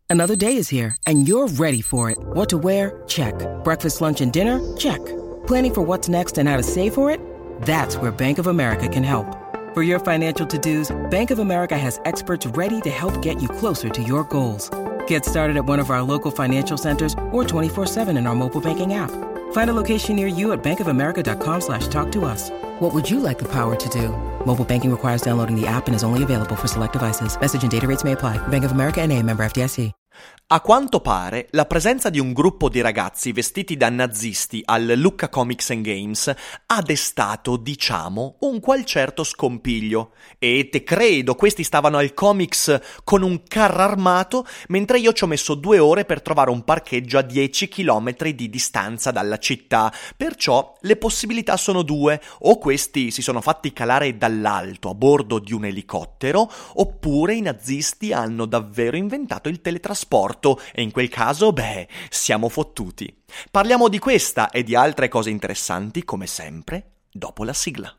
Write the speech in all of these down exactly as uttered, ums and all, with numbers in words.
Another day is here, and you're ready for it. What to wear? Check. Breakfast, lunch, and dinner? Check. Planning for what's next and how to save for it? That's where Bank of America can help. For your financial to-dos, Bank of America has experts ready to help get you closer to your goals. Get started at one of our local financial centers or twenty-four seven in our mobile banking app. Find a location near you at bankofamerica.com slash talk to us. What would you like the power to do? Mobile banking requires downloading the app and is only available for select devices. Message and data rates may apply. Bank of America N A, member F D I C. A quanto pare, la presenza di un gruppo di ragazzi vestiti da nazisti al Lucca Comics and Games ha destato, diciamo, un qual certo scompiglio. E te credo, questi stavano al comics con un carro armato, mentre io ci ho messo due ore per trovare un parcheggio a dieci chilometri di distanza dalla città. Perciò le possibilità sono due: o questi si sono fatti calare dall'alto a bordo di un elicottero, oppure i nazisti hanno davvero inventato il teletrasporto. E in quel caso, beh, siamo fottuti. Parliamo di questa e di altre cose interessanti, come sempre, dopo la sigla.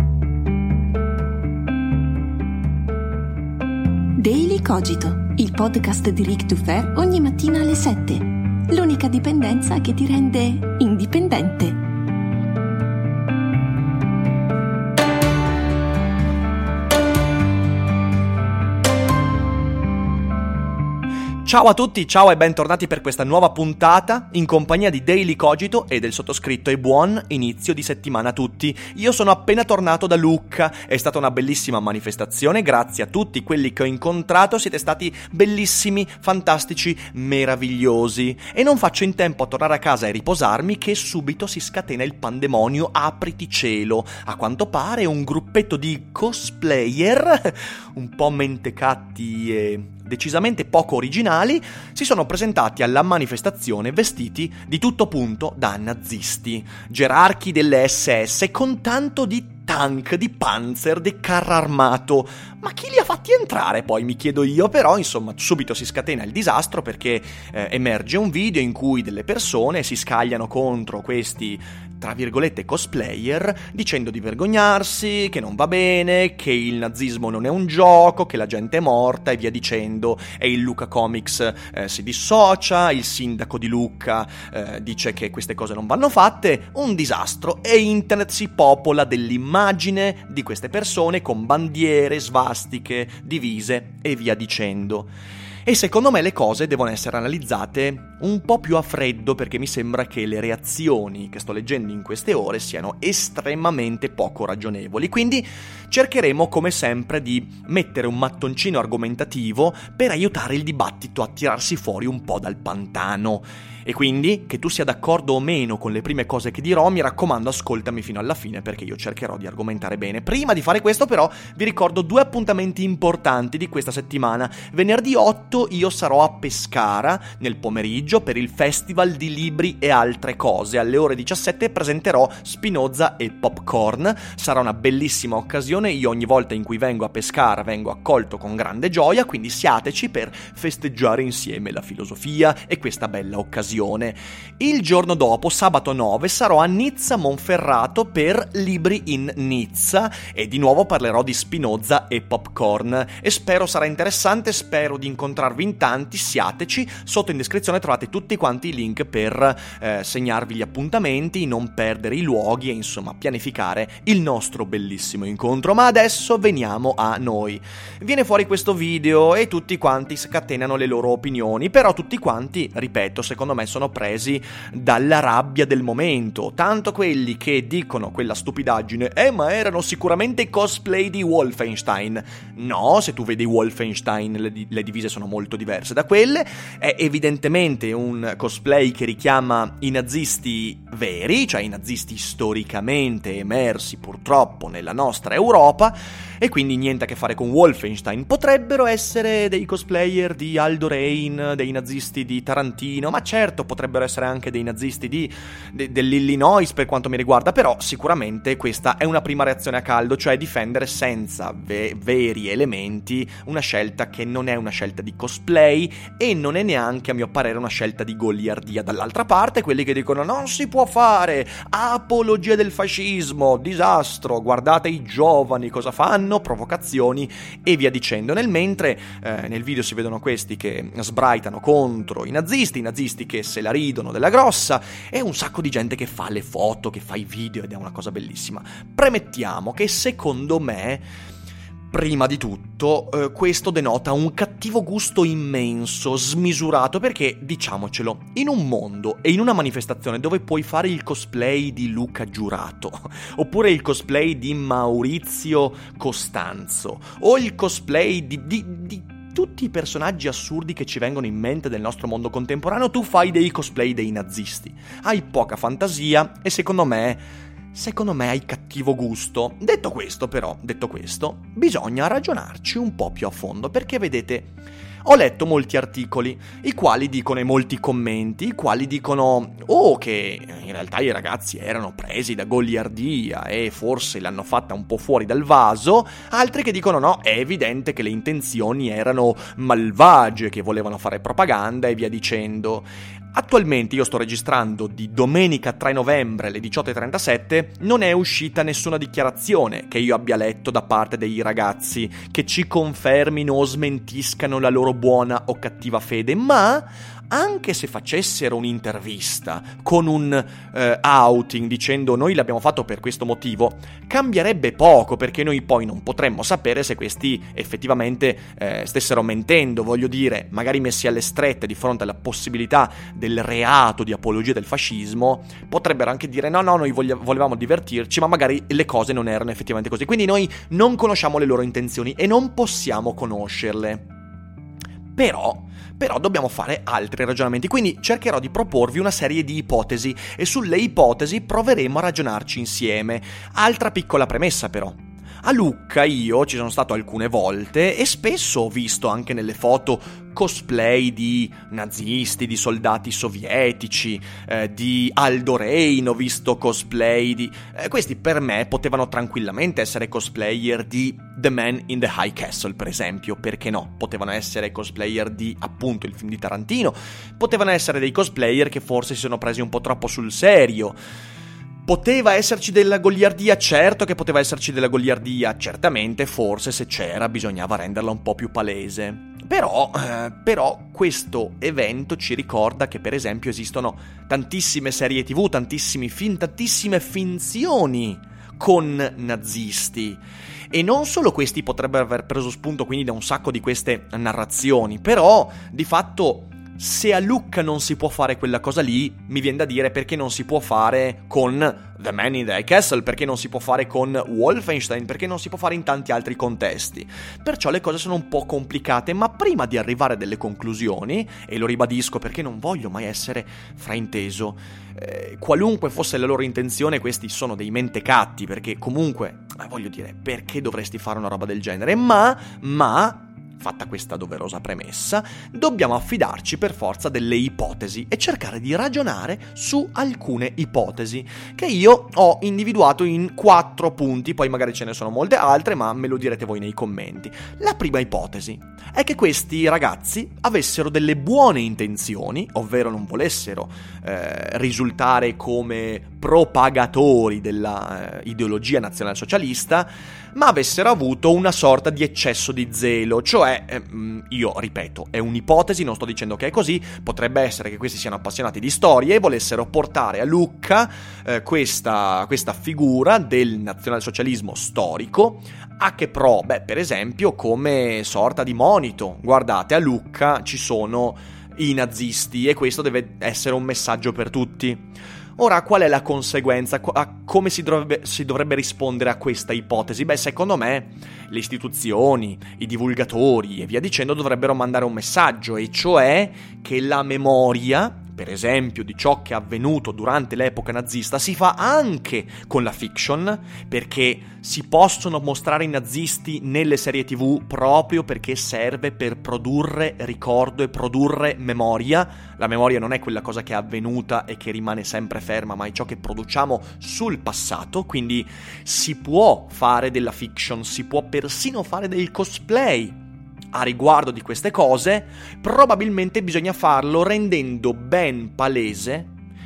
Daily Cogito, il podcast di Rick Dufer ogni mattina alle sette. L'unica dipendenza che ti rende indipendente. Ciao a tutti, ciao e bentornati per questa nuova puntata in compagnia di Daily Cogito e del sottoscritto, e buon inizio di settimana a tutti. Io sono appena tornato da Lucca, è stata una bellissima manifestazione, grazie a tutti quelli che ho incontrato, siete stati bellissimi, fantastici, meravigliosi. E non faccio in tempo a tornare a casa e riposarmi che subito si scatena il pandemonio, apriti cielo. A quanto pare un gruppetto di cosplayer, un po' mentecatti e decisamente poco originali, si sono presentati alla manifestazione vestiti di tutto punto da nazisti, gerarchi delle esse esse con tanto di tank, di panzer, di carro armato. Ma chi li ha fatti entrare poi, mi chiedo io? Però insomma subito si scatena il disastro perché eh, emerge un video in cui delle persone si scagliano contro questi, tra virgolette, cosplayer, dicendo di vergognarsi, che non va bene, che il nazismo non è un gioco, che la gente è morta e via dicendo. E il Lucca Comics eh, si dissocia, il sindaco di Lucca eh, dice che queste cose non vanno fatte, un disastro, e internet si popola dell'immagine di queste persone con bandiere, svastiche, divise e via dicendo. E secondo me le cose devono essere analizzate un po' più a freddo, perché mi sembra che le reazioni che sto leggendo in queste ore siano estremamente poco ragionevoli. Quindi cercheremo come sempre di mettere un mattoncino argomentativo per aiutare il dibattito a tirarsi fuori un po' dal pantano. E quindi, che tu sia d'accordo o meno con le prime cose che dirò, mi raccomando ascoltami fino alla fine, perché io cercherò di argomentare bene. Prima di fare questo però vi ricordo due appuntamenti importanti di questa settimana. Venerdì otto io sarò a Pescara nel pomeriggio per il Festival di Libri e Altre Cose. Alle ore diciassette presenterò Spinoza e Popcorn. Sarà una bellissima occasione, io ogni volta in cui vengo a Pescara vengo accolto con grande gioia, quindi siateci per festeggiare insieme la filosofia e questa bella occasione. Il giorno dopo, sabato nove, sarò a Nizza Monferrato per Libri in Nizza e di nuovo parlerò di Spinoza e Popcorn e spero sarà interessante, spero di incontrarvi in tanti, siateci. Sotto in descrizione trovate tutti quanti i link per eh, segnarvi gli appuntamenti, non perdere i luoghi e insomma pianificare il nostro bellissimo incontro. Ma adesso veniamo a noi. Viene fuori questo video e tutti quanti scatenano le loro opinioni, però tutti quanti, ripeto, secondo me sono presi dalla rabbia del momento, tanto quelli che dicono quella stupidaggine eh ma erano sicuramente cosplay di Wolfenstein. No, se tu vedi Wolfenstein le, di- le divise sono molto diverse da quelle, è evidentemente un cosplay che richiama i nazisti veri, cioè i nazisti storicamente emersi purtroppo nella nostra Europa, e quindi niente a che fare con Wolfenstein. Potrebbero essere dei cosplayer di Aldo Rain, dei nazisti di Tarantino, ma certo potrebbero essere anche dei nazisti di, de, dell'Illinois per quanto mi riguarda, però sicuramente questa è una prima reazione a caldo, cioè difendere senza ve- veri elementi una scelta che non è una scelta di cosplay e non è neanche, a mio parere, una scelta di goliardia. Dall'altra parte quelli che dicono non si può fare, apologia del fascismo, disastro, guardate i giovani cosa fanno, danno, provocazioni e via dicendo. Nel mentre eh, nel video si vedono questi che sbraitano contro i nazisti, i nazisti che se la ridono della grossa e un sacco di gente che fa le foto, che fa i video ed è una cosa bellissima. Premettiamo che secondo me, prima di tutto, eh, questo denota un cattivo gusto immenso, smisurato, perché, diciamocelo, in un mondo e in una manifestazione dove puoi fare il cosplay di Luca Giurato, oppure il cosplay di Maurizio Costanzo, o il cosplay di, di, di tutti i personaggi assurdi che ci vengono in mente del nostro mondo contemporaneo, tu fai dei cosplay dei nazisti. Hai poca fantasia e secondo me... Secondo me hai cattivo gusto. Detto questo, però, detto questo, bisogna ragionarci un po' più a fondo, perché vedete, ho letto molti articoli, i quali dicono, e molti commenti, i quali dicono oh, che in realtà i ragazzi erano presi da goliardia e forse l'hanno fatta un po' fuori dal vaso, altri che dicono no, è evidente che le intenzioni erano malvagie, che volevano fare propaganda e via dicendo. Attualmente io sto registrando di domenica tre novembre alle diciotto e trentasette, non è uscita nessuna dichiarazione che io abbia letto da parte dei ragazzi che ci confermino o smentiscano la loro buona o cattiva fede, ma anche se facessero un'intervista con un eh, outing dicendo noi l'abbiamo fatto per questo motivo, cambierebbe poco, perché noi poi non potremmo sapere se questi effettivamente eh, stessero mentendo. Voglio dire, magari messi alle strette di fronte alla possibilità del reato di apologia del fascismo, potrebbero anche dire no no noi voglia- volevamo divertirci, ma magari le cose non erano effettivamente così, quindi noi non conosciamo le loro intenzioni e non possiamo conoscerle. Però Però dobbiamo fare altri ragionamenti, quindi cercherò di proporvi una serie di ipotesi e sulle ipotesi proveremo a ragionarci insieme. Altra piccola premessa però. A Lucca io ci sono stato alcune volte e spesso ho visto anche nelle foto cosplay di nazisti, di soldati sovietici, eh, di Aldo Rain, ho visto cosplay di... Eh, questi per me potevano tranquillamente essere cosplayer di The Man in the High Castle, per esempio, perché no? Potevano essere cosplayer di, appunto, il film di Tarantino, potevano essere dei cosplayer che forse si sono presi un po' troppo sul serio. Poteva esserci della goliardia? Certo che poteva esserci della goliardia, certamente, forse se c'era bisognava renderla un po' più palese. Però, eh, però questo evento ci ricorda che per esempio esistono tantissime serie tv, tantissimi film, tantissime finzioni con nazisti. E non solo questi potrebbero aver preso spunto quindi da un sacco di queste narrazioni, però di fatto... Se a Lucca non si può fare quella cosa lì, mi viene da dire perché non si può fare con The Man in the High Castle, perché non si può fare con Wolfenstein, perché non si può fare in tanti altri contesti. Perciò le cose sono un po' complicate, ma prima di arrivare a delle conclusioni, e lo ribadisco perché non voglio mai essere frainteso, eh, qualunque fosse la loro intenzione, questi sono dei mentecatti, perché comunque, eh, voglio dire, perché dovresti fare una roba del genere? Ma, ma... Fatta questa doverosa premessa, dobbiamo affidarci per forza delle ipotesi e cercare di ragionare su alcune ipotesi che io ho individuato in quattro punti, poi magari ce ne sono molte altre, ma me lo direte voi nei commenti. La prima ipotesi è che questi ragazzi avessero delle buone intenzioni, ovvero non volessero eh, risultare come propagatori della eh, ideologia nazionalsocialista, ma avessero avuto una sorta di eccesso di zelo, cioè, eh, io ripeto, è un'ipotesi, non sto dicendo che è così, potrebbe essere che questi siano appassionati di storie e volessero portare a Lucca eh, questa, questa figura del nazionalsocialismo storico, a che pro, beh, per esempio, come sorta di monito. Guardate, a Lucca ci sono i nazisti e questo deve essere un messaggio per tutti. Ora, qual è la conseguenza? Come si dovrebbe, si dovrebbe rispondere a questa ipotesi? Beh, secondo me, le istituzioni, i divulgatori e via dicendo dovrebbero mandare un messaggio, e cioè che la memoria, per esempio, di ciò che è avvenuto durante l'epoca nazista si fa anche con la fiction, perché si possono mostrare i nazisti nelle serie tv proprio perché serve per produrre ricordo e produrre memoria. La memoria non è quella cosa che è avvenuta e che rimane sempre ferma, ma è ciò che produciamo sul passato, quindi si può fare della fiction, si può persino fare del cosplay a riguardo di queste cose. Probabilmente bisogna farlo rendendo ben palese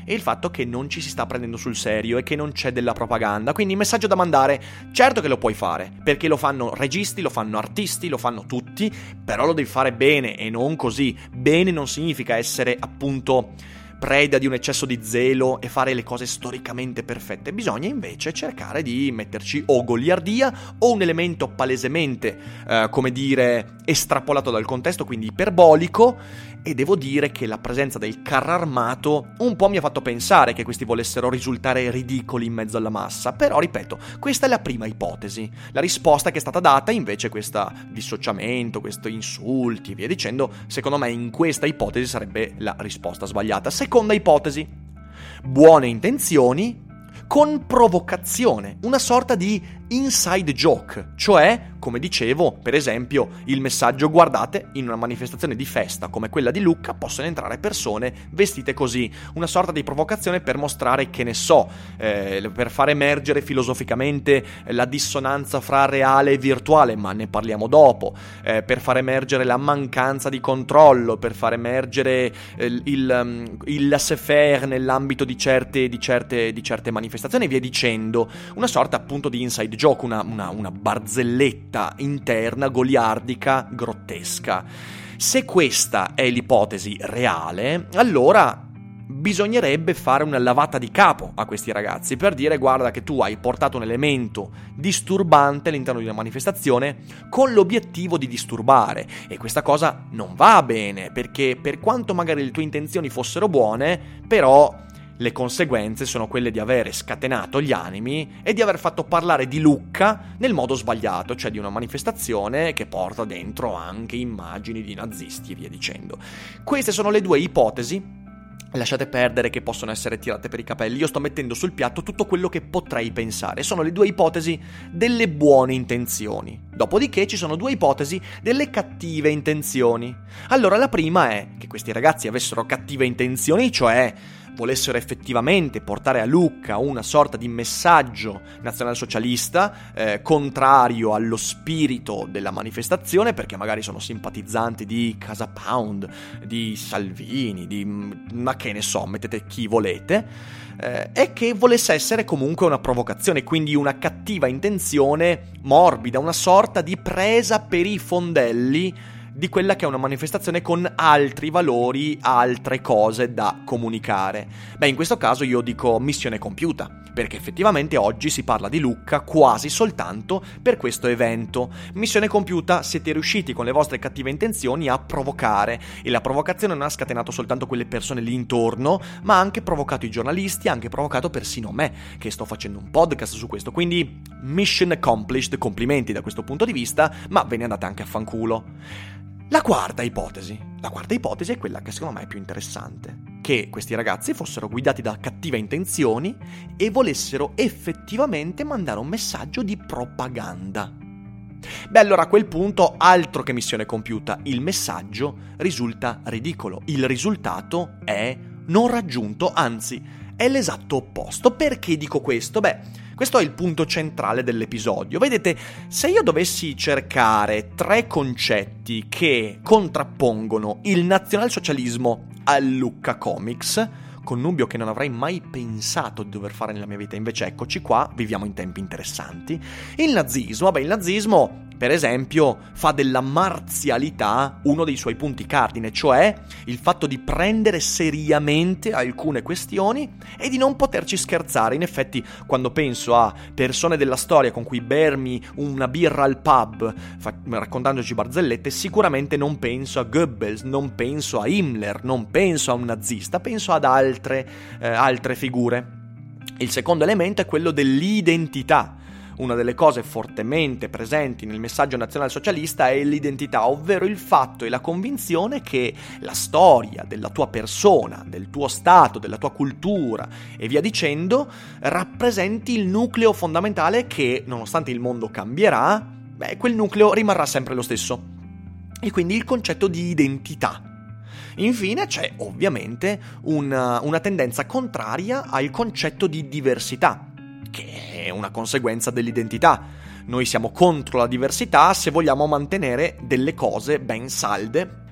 e il fatto che non ci si sta prendendo sul serio e che non c'è della propaganda. Quindi il messaggio da mandare, certo che lo puoi fare, perché lo fanno registi, lo fanno artisti, lo fanno tutti, però lo devi fare bene e non così. Bene non significa essere appunto preda di un eccesso di zelo e fare le cose storicamente perfette. Bisogna invece cercare di metterci o goliardia o un elemento palesemente, eh, come dire, estrapolato dal contesto, quindi iperbolico. E devo dire che la presenza del carro armato un po' mi ha fatto pensare che questi volessero risultare ridicoli in mezzo alla massa, però ripeto, questa è la prima ipotesi. La risposta che è stata data invece, questo dissociamento, questi insulti e via dicendo, secondo me in questa ipotesi sarebbe la risposta sbagliata. Seconda ipotesi: buone intenzioni con provocazione, una sorta di inside joke, cioè, come dicevo, per esempio, il messaggio: guardate, in una manifestazione di festa come quella di Lucca possono entrare persone vestite così, una sorta di provocazione per mostrare, che ne so, eh, per far emergere filosoficamente la dissonanza fra reale e virtuale, ma ne parliamo dopo, eh, per far emergere la mancanza di controllo, per far emergere eh, il, il laissez-faire nell'ambito di certe, di certe, di certe manifestazioni e via dicendo, una sorta appunto di inside gioco, una, una, una barzelletta interna goliardica grottesca. Se questa è l'ipotesi reale, allora bisognerebbe fare una lavata di capo a questi ragazzi per dire: guarda che tu hai portato un elemento disturbante all'interno di una manifestazione con l'obiettivo di disturbare, e questa cosa non va bene, perché per quanto magari le tue intenzioni fossero buone, però le conseguenze sono quelle di avere scatenato gli animi e di aver fatto parlare di Lucca nel modo sbagliato, cioè di una manifestazione che porta dentro anche immagini di nazisti e via dicendo. Queste sono le due ipotesi. Lasciate perdere che possono essere tirate per i capelli, io sto mettendo sul piatto tutto quello che potrei pensare. Sono le due ipotesi delle buone intenzioni. Dopodiché ci sono due ipotesi delle cattive intenzioni. Allora, la prima è che questi ragazzi avessero cattive intenzioni, cioè volessero effettivamente portare a Lucca una sorta di messaggio nazionalsocialista eh, contrario allo spirito della manifestazione, perché magari sono simpatizzanti di Casa Pound, di Salvini, di ma che ne so, mettete chi volete, eh, e che volesse essere comunque una provocazione, quindi una cattiva intenzione morbida, una sorta di presa per i fondelli di quella che è una manifestazione con altri valori, altre cose da comunicare. Beh, in questo caso io dico missione compiuta, perché effettivamente oggi si parla di Lucca quasi soltanto per questo evento. Missione compiuta, siete riusciti con le vostre cattive intenzioni a provocare, e la provocazione non ha scatenato soltanto quelle persone lì intorno, ma ha anche provocato i giornalisti, ha anche provocato persino me, che sto facendo un podcast su questo, quindi mission accomplished, complimenti da questo punto di vista, ma ve ne andate anche a fanculo. La quarta ipotesi, la quarta ipotesi è quella che secondo me è più interessante, che questi ragazzi fossero guidati da cattive intenzioni e volessero effettivamente mandare un messaggio di propaganda. Beh, allora a quel punto altro che missione compiuta, il messaggio risulta ridicolo, il risultato è non raggiunto, anzi è l'esatto opposto. Perché dico questo? Beh, questo è il punto centrale dell'episodio. Vedete, se io dovessi cercare tre concetti che contrappongono il nazionalsocialismo al Lucca Comics, connubio che non avrei mai pensato di dover fare nella mia vita, invece eccoci qua, viviamo in tempi interessanti. Il nazismo, beh, il nazismo per esempio fa della marzialità uno dei suoi punti cardine, cioè il fatto di prendere seriamente alcune questioni e di non poterci scherzare. In effetti, quando penso a persone della storia con cui bermi una birra al pub fa- raccontandoci barzellette, sicuramente non penso a Goebbels, non penso a Himmler, non penso a un nazista, penso ad altre, eh, altre figure. Il secondo elemento è quello dell'identità. Una delle cose fortemente presenti nel messaggio nazionalsocialista è l'identità, ovvero il fatto e la convinzione che la storia della tua persona, del tuo stato, della tua cultura e via dicendo rappresenti il nucleo fondamentale che, nonostante il mondo cambierà, beh, quel nucleo rimarrà sempre lo stesso. E quindi il concetto di identità. Infine c'è ovviamente una, una tendenza contraria al concetto di diversità, che è una conseguenza dell'identità. Noi siamo contro la diversità se vogliamo mantenere delle cose ben salde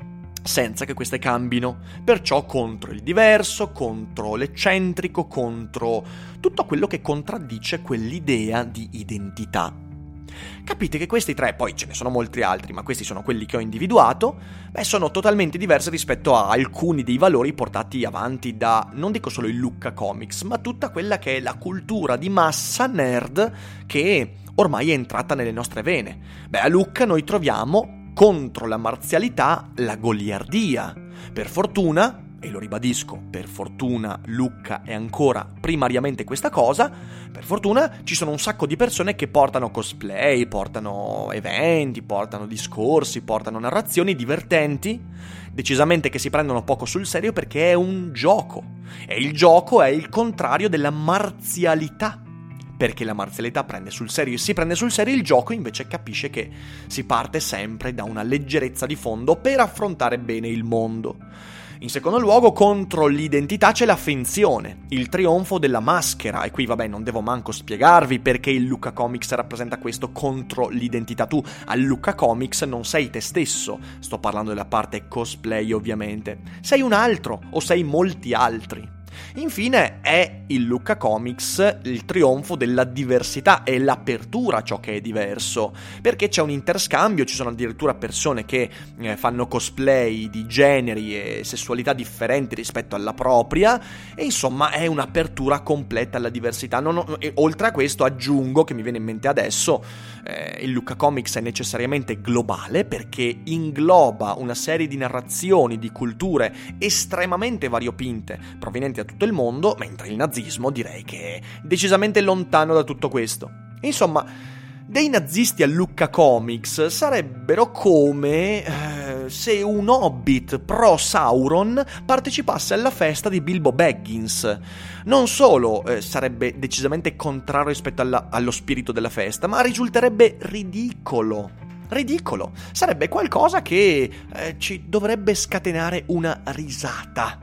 senza che queste cambino, perciò contro il diverso, contro l'eccentrico, contro tutto quello che contraddice quell'idea di identità. Capite che questi tre, poi ce ne sono molti altri, ma questi sono quelli che ho individuato, beh, sono totalmente diversi rispetto a alcuni dei valori portati avanti da, non dico solo il Lucca Comics, ma tutta quella che è la cultura di massa nerd che ormai è entrata nelle nostre vene. Beh, a Lucca noi troviamo contro la marzialità la goliardia. Per fortuna, e lo ribadisco, per fortuna Lucca è ancora primariamente questa cosa, per fortuna ci sono un sacco di persone che portano cosplay, portano eventi, portano discorsi, portano narrazioni divertenti, decisamente che si prendono poco sul serio perché è un gioco, e il gioco è il contrario della marzialità. Perché la marzialità prende sul serio e si prende sul serio, il gioco invece capisce che si parte sempre da una leggerezza di fondo per affrontare bene il mondo. In secondo luogo, contro l'identità c'è la finzione, il trionfo della maschera, e qui vabbè non devo manco spiegarvi perché il Lucca Comics rappresenta questo contro l'identità. Tu al Lucca Comics non sei te stesso, sto parlando della parte cosplay ovviamente, sei un altro o sei molti altri. Infine è il Lucca Comics il trionfo della diversità e l'apertura a ciò che è diverso, perché c'è un interscambio, ci sono addirittura persone che eh, fanno cosplay di generi e sessualità differenti rispetto alla propria, e insomma è un'apertura completa alla diversità. Non, e oltre a questo aggiungo, che mi viene in mente adesso, eh, il Lucca Comics è necessariamente globale perché ingloba una serie di narrazioni, di culture estremamente variopinte provenienti da tutto il mondo, mentre il nazismo direi che è decisamente lontano da tutto questo. Insomma, dei nazisti al Lucca Comics sarebbero come eh, se un hobbit pro Sauron partecipasse alla festa di Bilbo Baggins. Non solo eh, sarebbe decisamente contrario rispetto alla, allo spirito della festa, ma risulterebbe ridicolo. Ridicolo. Sarebbe qualcosa che eh, ci dovrebbe scatenare una risata.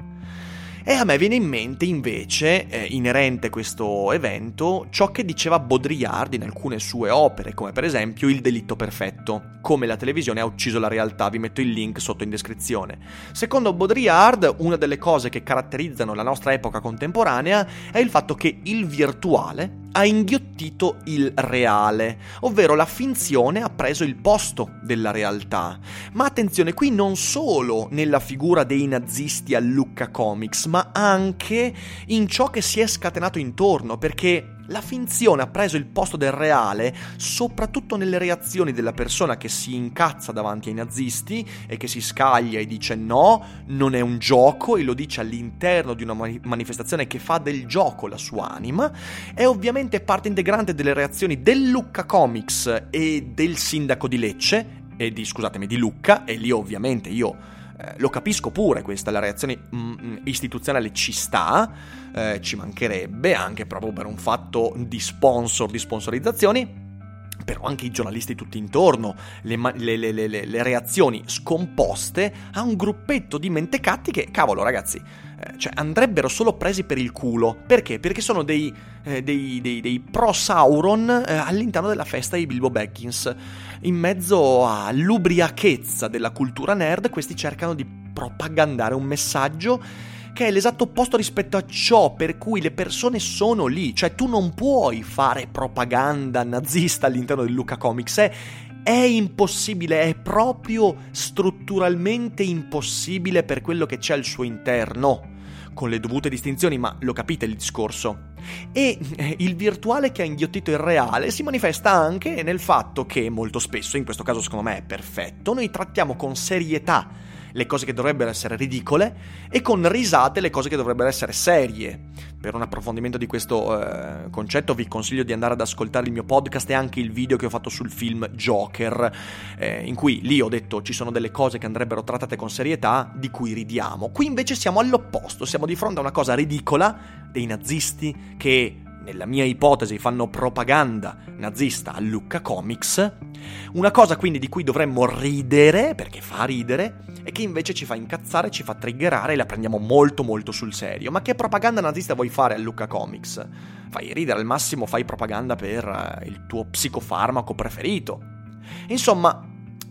E a me viene in mente invece, eh, inerente a questo evento, ciò che diceva Baudrillard in alcune sue opere, come per esempio Il delitto perfetto, come la televisione ha ucciso la realtà. Vi metto il link sotto in descrizione. Secondo Baudrillard, una delle cose che caratterizzano la nostra epoca contemporanea è il fatto che il virtuale ha inghiottito il reale, ovvero la finzione ha preso il posto della realtà. Ma attenzione, qui non solo nella figura dei nazisti al Lucca Comics, ma anche in ciò che si è scatenato intorno, perché la finzione ha preso il posto del reale soprattutto nelle reazioni della persona che si incazza davanti ai nazisti e che si scaglia e dice no, non è un gioco, e lo dice all'interno di una manifestazione che fa del gioco la sua anima. È ovviamente parte integrante delle reazioni del Lucca Comics e del sindaco di Lecce, e di, scusatemi, di Lucca, e lì ovviamente io Eh, lo capisco pure, questa la reazione mm, istituzionale ci sta, eh, ci mancherebbe, anche proprio per un fatto di sponsor, di sponsorizzazioni, però anche i giornalisti tutti intorno, le, le, le, le, le reazioni scomposte a un gruppetto di mentecatti che, cavolo ragazzi, eh, cioè andrebbero solo presi per il culo. Perché? Perché sono dei, eh, dei, dei, dei pro Sauron eh, all'interno della festa di Bilbo Baggins. In mezzo all'ubriachezza della cultura nerd, questi cercano di propagandare un messaggio che è l'esatto opposto rispetto a ciò per cui le persone sono lì. Cioè tu non puoi fare propaganda nazista all'interno del Lucca Comics, è, è impossibile, è proprio strutturalmente impossibile per quello che c'è al suo interno, con le dovute distinzioni, ma lo capite il discorso. E eh, il virtuale che ha inghiottito il reale si manifesta anche nel fatto che molto spesso, in questo caso secondo me è perfetto, noi trattiamo con serietà le cose che dovrebbero essere ridicole e con risate le cose che dovrebbero essere serie. Per un approfondimento di questo eh, concetto vi consiglio di andare ad ascoltare il mio podcast e anche il video che ho fatto sul film Joker, eh, in cui lì ho detto ci sono delle cose che andrebbero trattate con serietà di cui ridiamo. Qui invece siamo all'opposto, siamo di fronte a una cosa ridicola dei nazisti che, nella mia ipotesi, fanno propaganda nazista al Lucca Comics, una cosa quindi di cui dovremmo ridere, perché fa ridere, e che invece ci fa incazzare, ci fa triggerare e la prendiamo molto molto sul serio. Ma che propaganda nazista vuoi fare al Lucca Comics? Fai ridere, al massimo fai propaganda per il tuo psicofarmaco preferito. Insomma,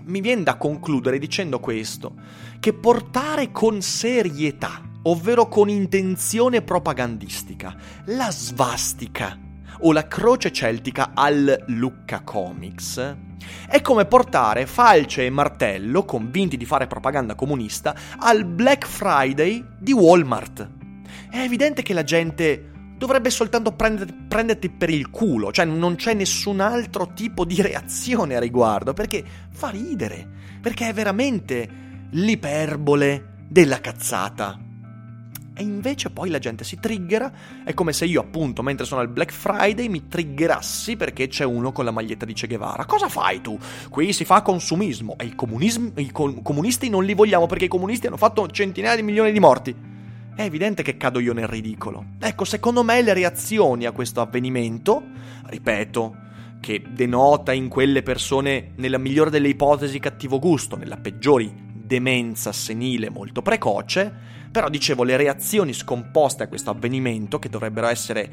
mi viene da concludere dicendo questo, che portare con serietà, ovvero con intenzione propagandistica, la svastica o la croce celtica al Lucca Comics è come portare falce e martello, convinti di fare propaganda comunista, al Black Friday di Walmart. È evidente che la gente dovrebbe soltanto prenderti, prenderti per il culo, cioè non c'è nessun altro tipo di reazione a riguardo, perché fa ridere, perché è veramente l'iperbole della cazzata. E invece poi la gente si triggera, è come se io appunto mentre sono al Black Friday mi triggerassi perché c'è uno con la maglietta di Che Guevara. Cosa fai tu? Qui si fa consumismo e i, comunism- i com- comunisti non li vogliamo perché i comunisti hanno fatto centinaia di milioni di morti. È evidente che cado io nel ridicolo. Ecco, secondo me le reazioni a questo avvenimento, ripeto, che denota in quelle persone, nella migliore delle ipotesi, cattivo gusto, nella peggiori demenza senile molto precoce, però dicevo, le reazioni scomposte a questo avvenimento, che dovrebbero essere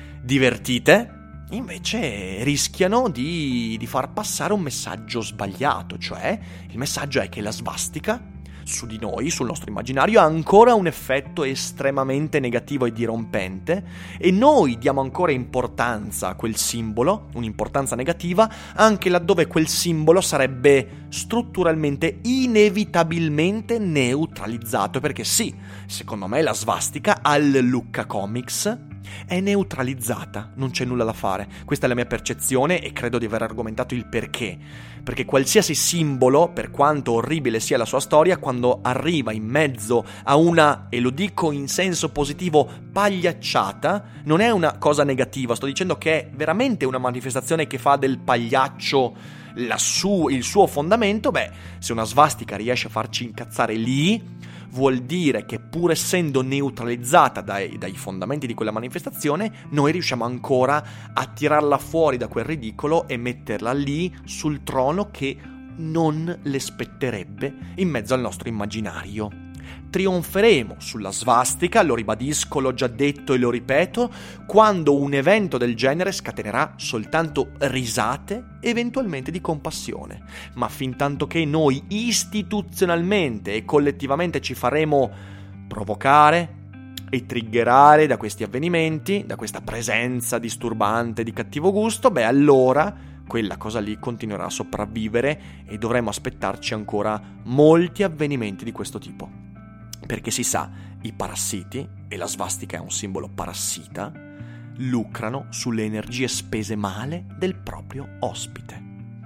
divertite, invece rischiano di, di far passare un messaggio sbagliato, cioè il messaggio è che la svastica su di noi, sul nostro immaginario, ha ancora un effetto estremamente negativo e dirompente e noi diamo ancora importanza a quel simbolo, un'importanza negativa, anche laddove quel simbolo sarebbe strutturalmente, inevitabilmente neutralizzato, perché sì, secondo me la svastica al Lucca Comics è neutralizzata, non c'è nulla da fare. Questa è la mia percezione e credo di aver argomentato il perché. Perché qualsiasi simbolo, per quanto orribile sia la sua storia, quando arriva in mezzo a una, e lo dico in senso positivo, pagliacciata, non è una cosa negativa. Sto dicendo che è veramente una manifestazione che fa del pagliaccio la su- il suo fondamento. Beh, se una svastica riesce a farci incazzare lì, vuol dire che pur essendo neutralizzata dai, dai fondamenti di quella manifestazione, noi riusciamo ancora a tirarla fuori da quel ridicolo e metterla lì sul trono che non le spetterebbe in mezzo al nostro immaginario. Trionferemo sulla svastica, lo ribadisco, l'ho già detto e lo ripeto, quando un evento del genere scatenerà soltanto risate, eventualmente di compassione. Ma fintanto che noi istituzionalmente e collettivamente ci faremo provocare e triggerare da questi avvenimenti, da questa presenza disturbante di cattivo gusto, beh allora quella cosa lì continuerà a sopravvivere e dovremo aspettarci ancora molti avvenimenti di questo tipo. Perché si sa, i parassiti, e la svastica è un simbolo parassita, lucrano sulle energie spese male del proprio ospite.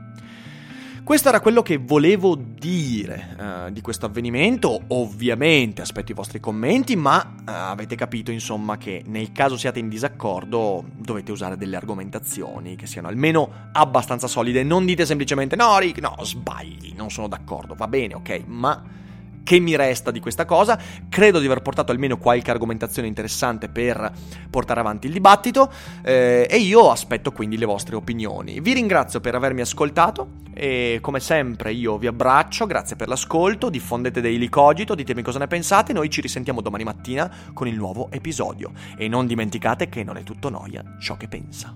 Questo era quello che volevo dire uh, di questo avvenimento. Ovviamente aspetto i vostri commenti, ma uh, avete capito insomma che nel caso siate in disaccordo dovete usare delle argomentazioni che siano almeno abbastanza solide. Non dite semplicemente no Rick, no sbagli, non sono d'accordo, va bene, ok, ma che mi resta di questa cosa? Credo di aver portato almeno qualche argomentazione interessante per portare avanti il dibattito eh, e io aspetto quindi le vostre opinioni. Vi ringrazio per avermi ascoltato e come sempre io vi abbraccio, grazie per l'ascolto, diffondete Daily Cogito, ditemi cosa ne pensate, noi ci risentiamo domani mattina con il nuovo episodio e non dimenticate che non è tutto noia ciò che pensa.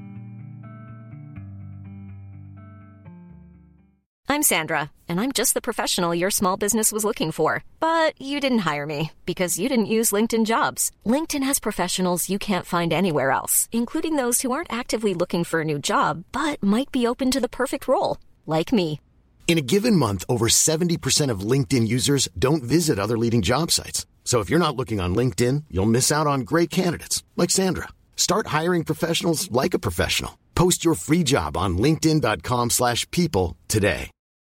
I'm Sandra, and I'm just the professional your small business was looking for. But you didn't hire me, because you didn't use LinkedIn Jobs. LinkedIn has professionals you can't find anywhere else, including those who aren't actively looking for a new job, but might be open to the perfect role, like me. In a given month, over seventy percent of LinkedIn users don't visit other leading job sites. So if you're not looking on LinkedIn, you'll miss out on great candidates, like Sandra. Start hiring professionals like a professional. Post your free job on linkedin dot com slash people today.